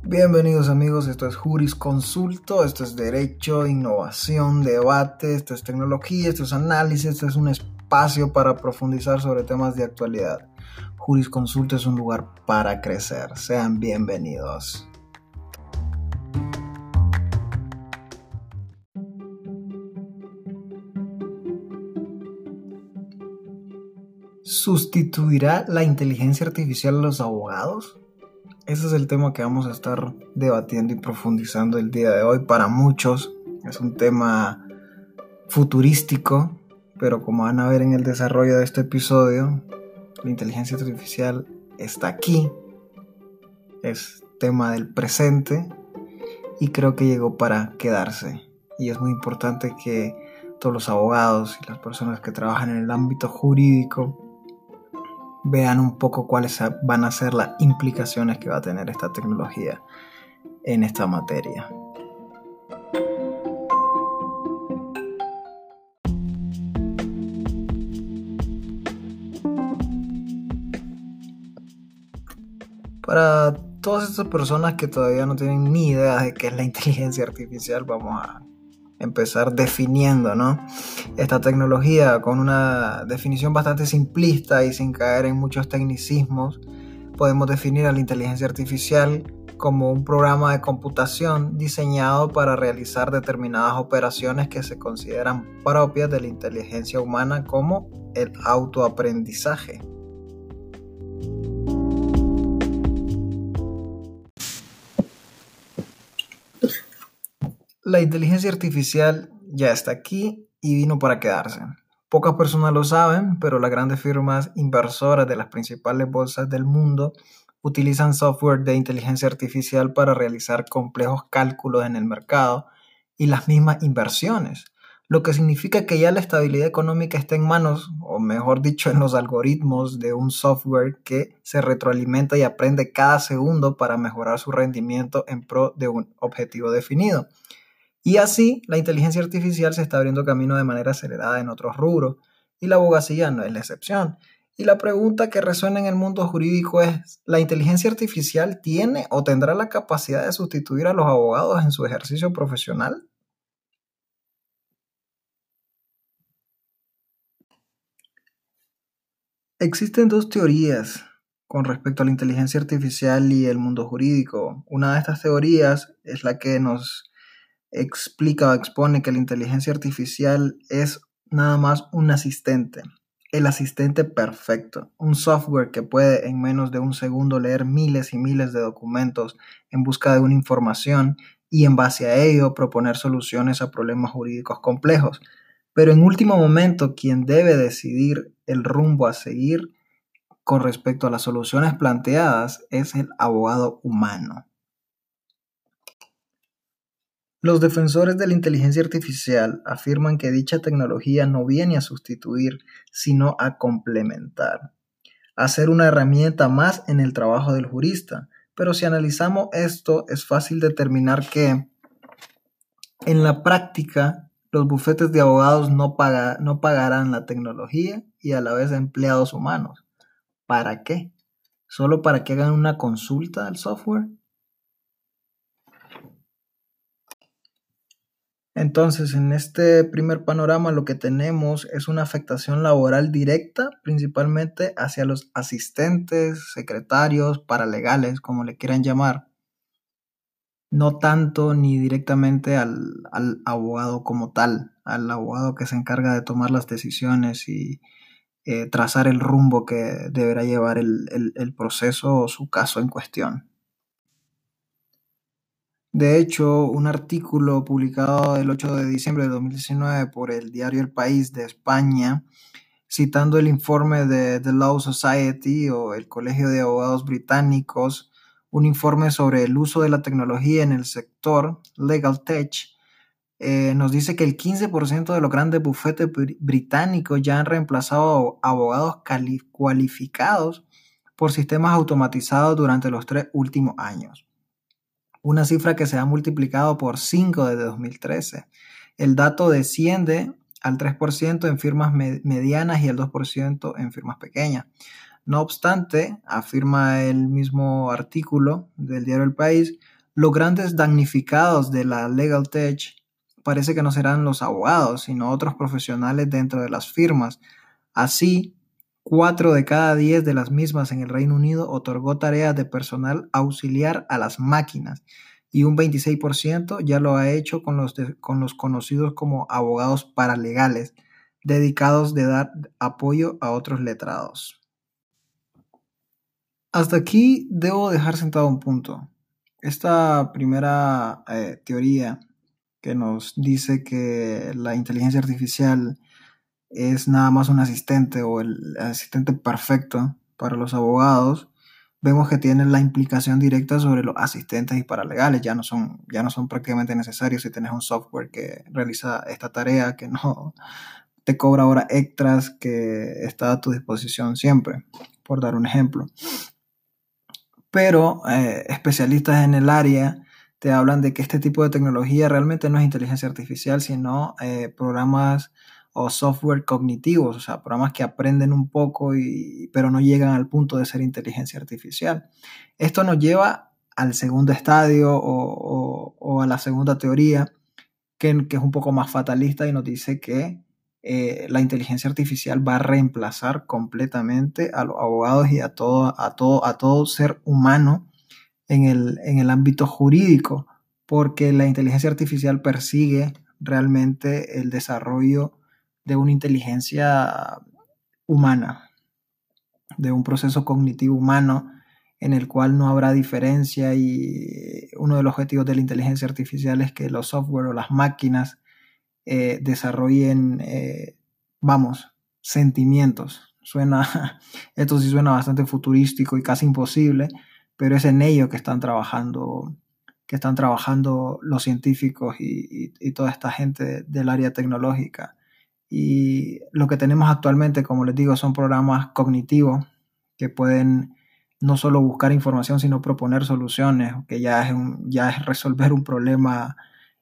Bienvenidos amigos, esto es Jurisconsulto, esto es derecho, innovación, debate, esto es tecnología, esto es análisis, esto es un espacio para profundizar sobre temas de actualidad. Jurisconsulto es un lugar para crecer, sean bienvenidos. ¿Sustituirá la inteligencia artificial a los abogados? Ese es el tema que vamos a estar debatiendo y profundizando el día de hoy. Para muchos es un tema futurístico, pero como van a ver en el desarrollo de este episodio, la inteligencia artificial está aquí, es tema del presente y creo que llegó para quedarse. Y es muy importante que todos los abogados y las personas que trabajan en el ámbito jurídico vean un poco cuáles van a ser las implicaciones que va a tener esta tecnología en esta materia. Para todas estas personas que todavía no tienen ni idea de qué es la inteligencia artificial, vamos a empezar definiendo, ¿no? Esta tecnología con una definición bastante simplista y sin caer en muchos tecnicismos. Podemos definir a la inteligencia artificial como un programa de computación diseñado para realizar determinadas operaciones que se consideran propias de la inteligencia humana, como el autoaprendizaje. La inteligencia artificial ya está aquí y vino para quedarse. Pocas personas lo saben, pero las grandes firmas inversoras de las principales bolsas del mundo utilizan software de inteligencia artificial para realizar complejos cálculos en el mercado y las mismas inversiones, lo que significa que ya la estabilidad económica está en manos, o mejor dicho, en los algoritmos de un software que se retroalimenta y aprende cada segundo para mejorar su rendimiento en pro de un objetivo definido. Y así, la inteligencia artificial se está abriendo camino de manera acelerada en otros rubros, y la abogacía no es la excepción. Y la pregunta que resuena en el mundo jurídico es, ¿la inteligencia artificial tiene o tendrá la capacidad de sustituir a los abogados en su ejercicio profesional? Existen dos teorías con respecto a la inteligencia artificial y el mundo jurídico. Una de estas teorías es la que nos explica o expone que la inteligencia artificial es nada más un asistente, el asistente perfecto, un software que puede en menos de un segundo leer miles y miles de documentos en busca de una información y en base a ello proponer soluciones a problemas jurídicos complejos. Pero en último momento, quien debe decidir el rumbo a seguir con respecto a las soluciones planteadas es el abogado humano. Los defensores de la inteligencia artificial afirman que dicha tecnología no viene a sustituir, sino a complementar, a ser una herramienta más en el trabajo del jurista. Pero si analizamos esto, es fácil determinar que en la práctica los bufetes de abogados no pagarán la tecnología y a la vez empleados humanos. ¿Para qué? ¿Solo para que hagan una consulta al software? Entonces, en este primer panorama lo que tenemos es una afectación laboral directa, principalmente hacia los asistentes, secretarios, paralegales, como le quieran llamar. No tanto ni directamente al abogado como tal, al abogado que se encarga de tomar las decisiones y trazar el rumbo que deberá llevar el proceso o su caso en cuestión. De hecho, un artículo publicado el 8 de diciembre de 2019 por el diario El País de España, citando el informe de The Law Society o el Colegio de Abogados Británicos, un informe sobre el uso de la tecnología en el sector Legal Tech, nos dice que el 15% de los grandes bufetes británicos ya han reemplazado a abogados cualificados por sistemas automatizados durante los 3 últimos años. Una cifra que se ha multiplicado por 5 desde 2013. El dato desciende al 3% en firmas medianas y al 2% en firmas pequeñas. No obstante, afirma el mismo artículo del diario El País, Los grandes damnificados de la Legal Tech parece que no serán los abogados, sino otros profesionales dentro de las firmas. Así, 4 de cada 10 de las mismas en el Reino Unido otorgó tareas de personal auxiliar a las máquinas y un 26% ya lo ha hecho con los conocidos como abogados paralegales, dedicados de dar apoyo a otros letrados. Hasta aquí debo dejar sentado un punto. Esta primera teoría que nos dice que la inteligencia artificial es nada más un asistente o el asistente perfecto para los abogados, vemos que tiene la implicación directa sobre los asistentes y paralegales. Ya no son prácticamente necesarios si tienes un software que realiza esta tarea, que no te cobra horas extras, que está a tu disposición siempre, por dar un ejemplo. Pero especialistas en el área te hablan de que este tipo de tecnología realmente no es inteligencia artificial, sino programas o software cognitivos, o sea, programas que aprenden un poco, pero no llegan al punto de ser inteligencia artificial. Esto nos lleva al segundo estadio o a la segunda teoría, que es un poco más fatalista y nos dice que la inteligencia artificial va a reemplazar completamente a los abogados y a todo ser humano en el ámbito jurídico, porque la inteligencia artificial persigue realmente el desarrollo de una inteligencia humana, de un proceso cognitivo humano en el cual no habrá diferencia, y uno de los objetivos de la inteligencia artificial es que los software o las máquinas desarrollen, sentimientos. Esto sí suena bastante futurístico y casi imposible, pero es en ello que están trabajando los científicos y toda esta gente del área tecnológica. Y lo que tenemos actualmente, como les digo, son programas cognitivos que pueden no solo buscar información, sino proponer soluciones, que ya es resolver un problema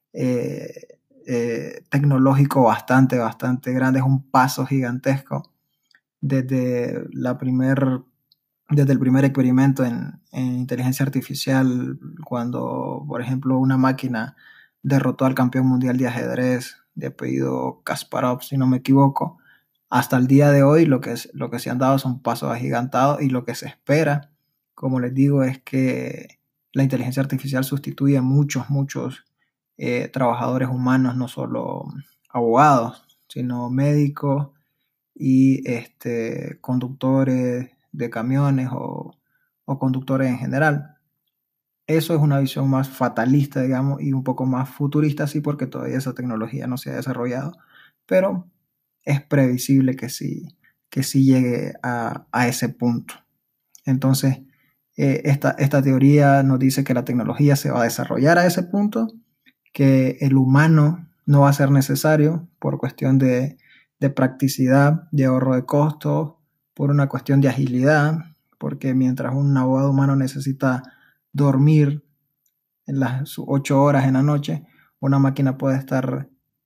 tecnológico bastante grande. Es un paso gigantesco desde el primer experimento en inteligencia artificial, cuando, por ejemplo, una máquina derrotó al campeón mundial de ajedrez de apellido Kasparov, si no me equivoco. Hasta el día de hoy lo que se han dado son pasos agigantados, y lo que se espera, como les digo, es que la inteligencia artificial sustituya a muchos trabajadores humanos, no solo abogados, sino médicos y conductores de camiones o conductores en general. Eso es una visión más fatalista, digamos, y un poco más futurista, sí, porque todavía esa tecnología no se ha desarrollado, pero es previsible que sí llegue a ese punto. Entonces, esta teoría nos dice que la tecnología se va a desarrollar a ese punto, que el humano no va a ser necesario por cuestión de practicidad, de ahorro de costos, por una cuestión de agilidad, porque mientras un abogado humano necesita dormir en las 8 horas en la noche, una máquina puede estar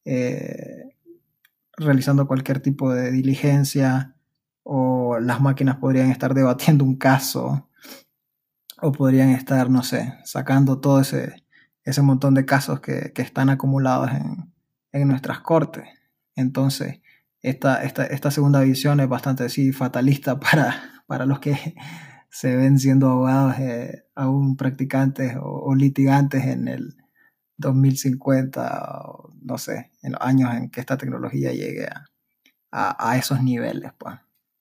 realizando cualquier tipo de diligencia, o las máquinas podrían estar debatiendo un caso, o podrían estar, no sé, sacando todo ese montón de casos que están acumulados en nuestras cortes. Entonces, esta segunda visión es bastante fatalista para los que se ven siendo abogados aún practicantes o litigantes en el 2050, o no sé, en los años en que esta tecnología llegue a esos niveles, pues.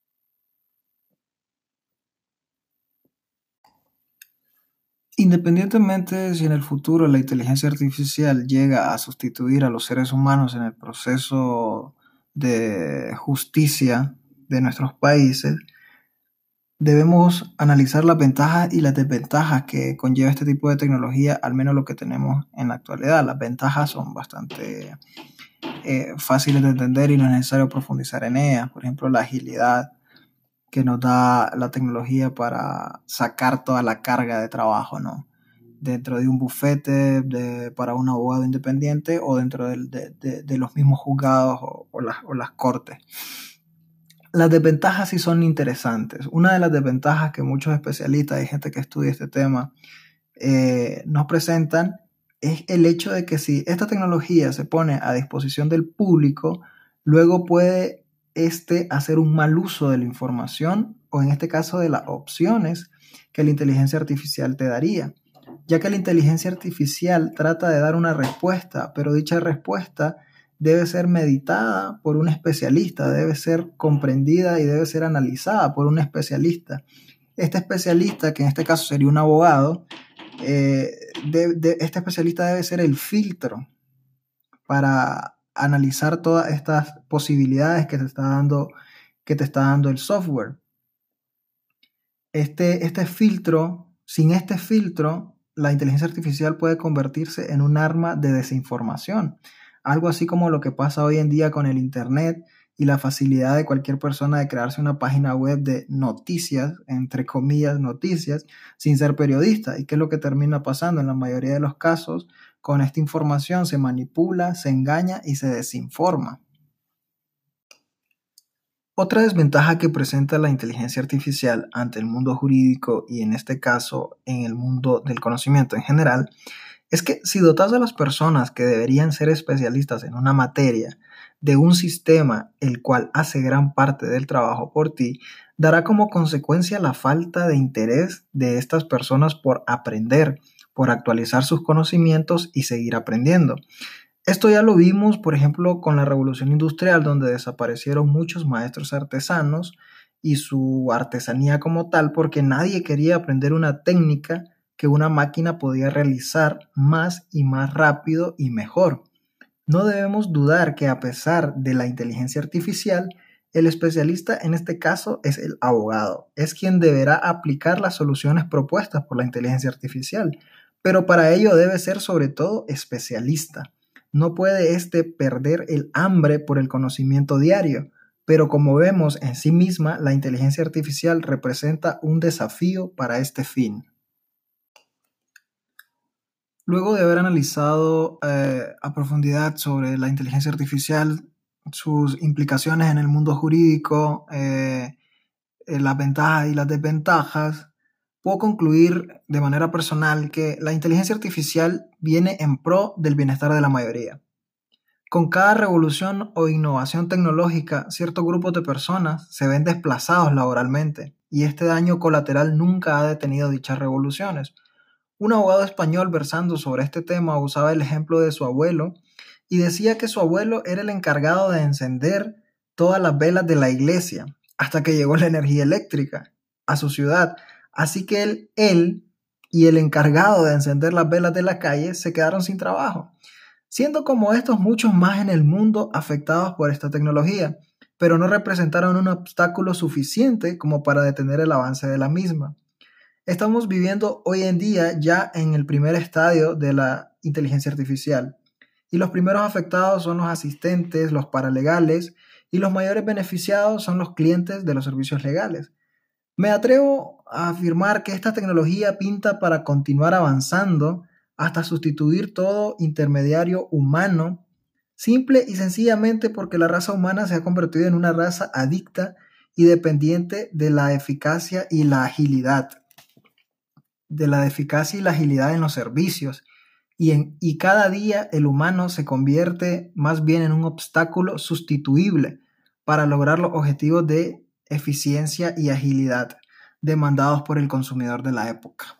Independientemente si en el futuro la inteligencia artificial llega a sustituir a los seres humanos en el proceso de justicia de nuestros países, debemos analizar las ventajas y las desventajas que conlleva este tipo de tecnología, al menos lo que tenemos en la actualidad. Las ventajas son bastante fáciles de entender y no es necesario profundizar en ellas. Por ejemplo, la agilidad que nos da la tecnología para sacar toda la carga de trabajo, ¿no? Dentro de un bufete para un abogado independiente, o dentro de los mismos juzgados o las cortes. Las desventajas sí son interesantes. Una de las desventajas que muchos especialistas y gente que estudia este tema nos presentan es el hecho de que si esta tecnología se pone a disposición del público, luego puede hacer un mal uso de la información o en este caso de las opciones que la inteligencia artificial te daría, ya que la inteligencia artificial trata de dar una respuesta, pero dicha respuesta debe ser meditada por un especialista, debe ser comprendida y debe ser analizada por un especialista. Este especialista, que en este caso sería un abogado, este especialista debe ser el filtro para analizar todas estas posibilidades que te está dando el software. Este filtro, sin este filtro, la inteligencia artificial puede convertirse en un arma de desinformación. Algo así como lo que pasa hoy en día con el Internet y la facilidad de cualquier persona de crearse una página web de noticias, entre comillas, noticias, sin ser periodista. ¿Y qué es lo que termina pasando? En la mayoría de los casos, con esta información se manipula, se engaña y se desinforma. Otra desventaja que presenta la inteligencia artificial ante el mundo jurídico y en este caso en el mundo del conocimiento en general es que si dotas a las personas que deberían ser especialistas en una materia de un sistema el cual hace gran parte del trabajo por ti, dará como consecuencia la falta de interés de estas personas por aprender, por actualizar sus conocimientos y seguir aprendiendo. Esto ya lo vimos, por ejemplo, con la Revolución Industrial, donde desaparecieron muchos maestros artesanos y su artesanía como tal, porque nadie quería aprender una técnica que una máquina podía realizar más y más rápido y mejor. No debemos dudar que a pesar de la inteligencia artificial, el especialista en este caso es el abogado, es quien deberá aplicar las soluciones propuestas por la inteligencia artificial, pero para ello debe ser sobre todo especialista. No puede perder el hambre por el conocimiento diario, pero como vemos en sí misma, la inteligencia artificial representa un desafío para este fin. Luego de haber analizado a profundidad sobre la inteligencia artificial, sus implicaciones en el mundo jurídico, las ventajas y las desventajas, puedo concluir de manera personal que la inteligencia artificial viene en pro del bienestar de la mayoría. Con cada revolución o innovación tecnológica, ciertos grupos de personas se ven desplazados laboralmente y este daño colateral nunca ha detenido dichas revoluciones. Un abogado español versando sobre este tema usaba el ejemplo de su abuelo y decía que su abuelo era el encargado de encender todas las velas de la iglesia hasta que llegó la energía eléctrica a su ciudad. Así que él y el encargado de encender las velas de la calle se quedaron sin trabajo, siendo como estos muchos más en el mundo afectados por esta tecnología, pero no representaron un obstáculo suficiente como para detener el avance de la misma. Estamos viviendo hoy en día ya en el primer estadio de la inteligencia artificial y los primeros afectados son los asistentes, los paralegales y los mayores beneficiados son los clientes de los servicios legales. Me atrevo a afirmar que esta tecnología pinta para continuar avanzando hasta sustituir todo intermediario humano, simple y sencillamente porque la raza humana se ha convertido en una raza adicta y dependiente de la eficacia y la agilidad en los servicios y cada día el humano se convierte más bien en un obstáculo sustituible para lograr los objetivos de eficiencia y agilidad demandados por el consumidor de la época.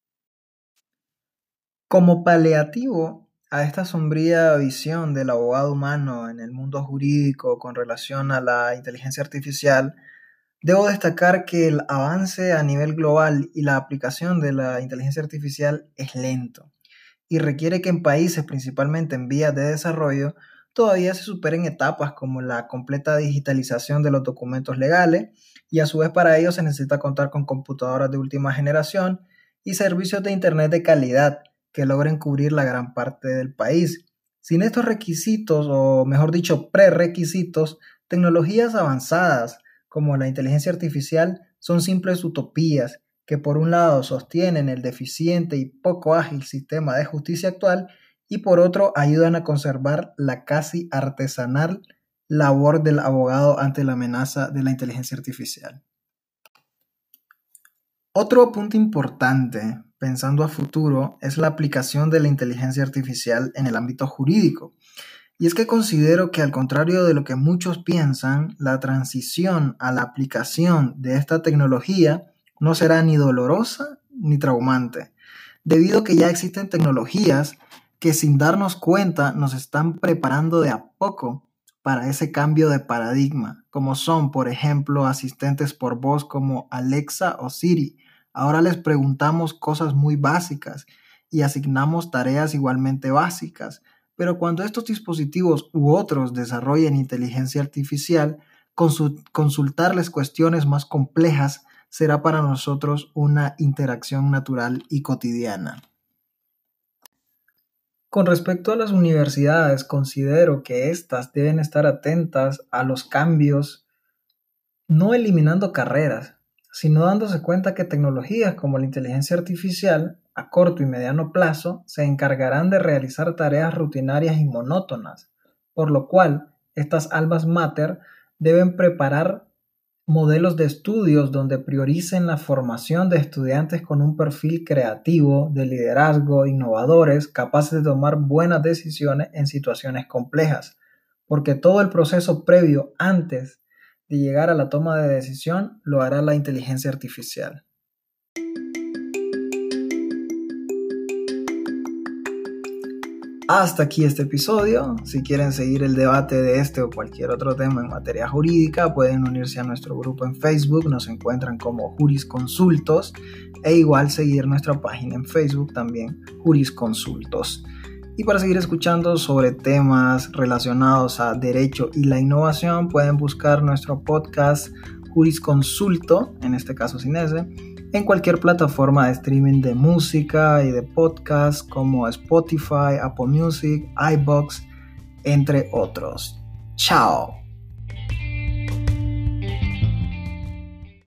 Como paliativo a esta sombría visión del abogado humano en el mundo jurídico con relación a la inteligencia artificial, debo destacar que el avance a nivel global y la aplicación de la inteligencia artificial es lento y requiere que en países, principalmente en vías de desarrollo, todavía se superen etapas como la completa digitalización de los documentos legales y a su vez para ello se necesita contar con computadoras de última generación y servicios de Internet de calidad que logren cubrir la gran parte del país. Sin estos requisitos, o mejor dicho, prerequisitos, tecnologías avanzadas como la inteligencia artificial son simples utopías que por un lado sostienen el deficiente y poco ágil sistema de justicia actual y por otro ayudan a conservar la casi artesanal labor del abogado ante la amenaza de la inteligencia artificial. Otro punto importante, pensando a futuro, es la aplicación de la inteligencia artificial en el ámbito jurídico. Y es que considero que, al contrario de lo que muchos piensan, la transición a la aplicación de esta tecnología no será ni dolorosa ni traumante, debido a que ya existen tecnologías que, sin darnos cuenta, nos están preparando de a poco para ese cambio de paradigma, como son, por ejemplo, asistentes por voz como Alexa o Siri. Ahora les preguntamos cosas muy básicas y asignamos tareas igualmente básicas, pero cuando estos dispositivos u otros desarrollen inteligencia artificial, consultarles cuestiones más complejas será para nosotros una interacción natural y cotidiana. Con respecto a las universidades, considero que éstas deben estar atentas a los cambios, no eliminando carreras, sino dándose cuenta que tecnologías como la inteligencia artificial, a corto y mediano plazo, se encargarán de realizar tareas rutinarias y monótonas, por lo cual estas almas mater deben preparar modelos de estudios donde prioricen la formación de estudiantes con un perfil creativo, de liderazgo, innovadores, capaces de tomar buenas decisiones en situaciones complejas, porque todo el proceso previo antes de llegar a la toma de decisión lo hará la inteligencia artificial. Hasta aquí este episodio. Si quieren seguir el debate de este o cualquier otro tema en materia jurídica, pueden unirse a nuestro grupo en Facebook, nos encuentran como Jurisconsultos, e igual seguir nuestra página en Facebook también, Jurisconsultos. Y para seguir escuchando sobre temas relacionados a derecho y la innovación, pueden buscar nuestro podcast Jurisconsulto, en este caso sin S, en cualquier plataforma de streaming de música y de podcast como Spotify, Apple Music, iVoox, entre otros. ¡Chao!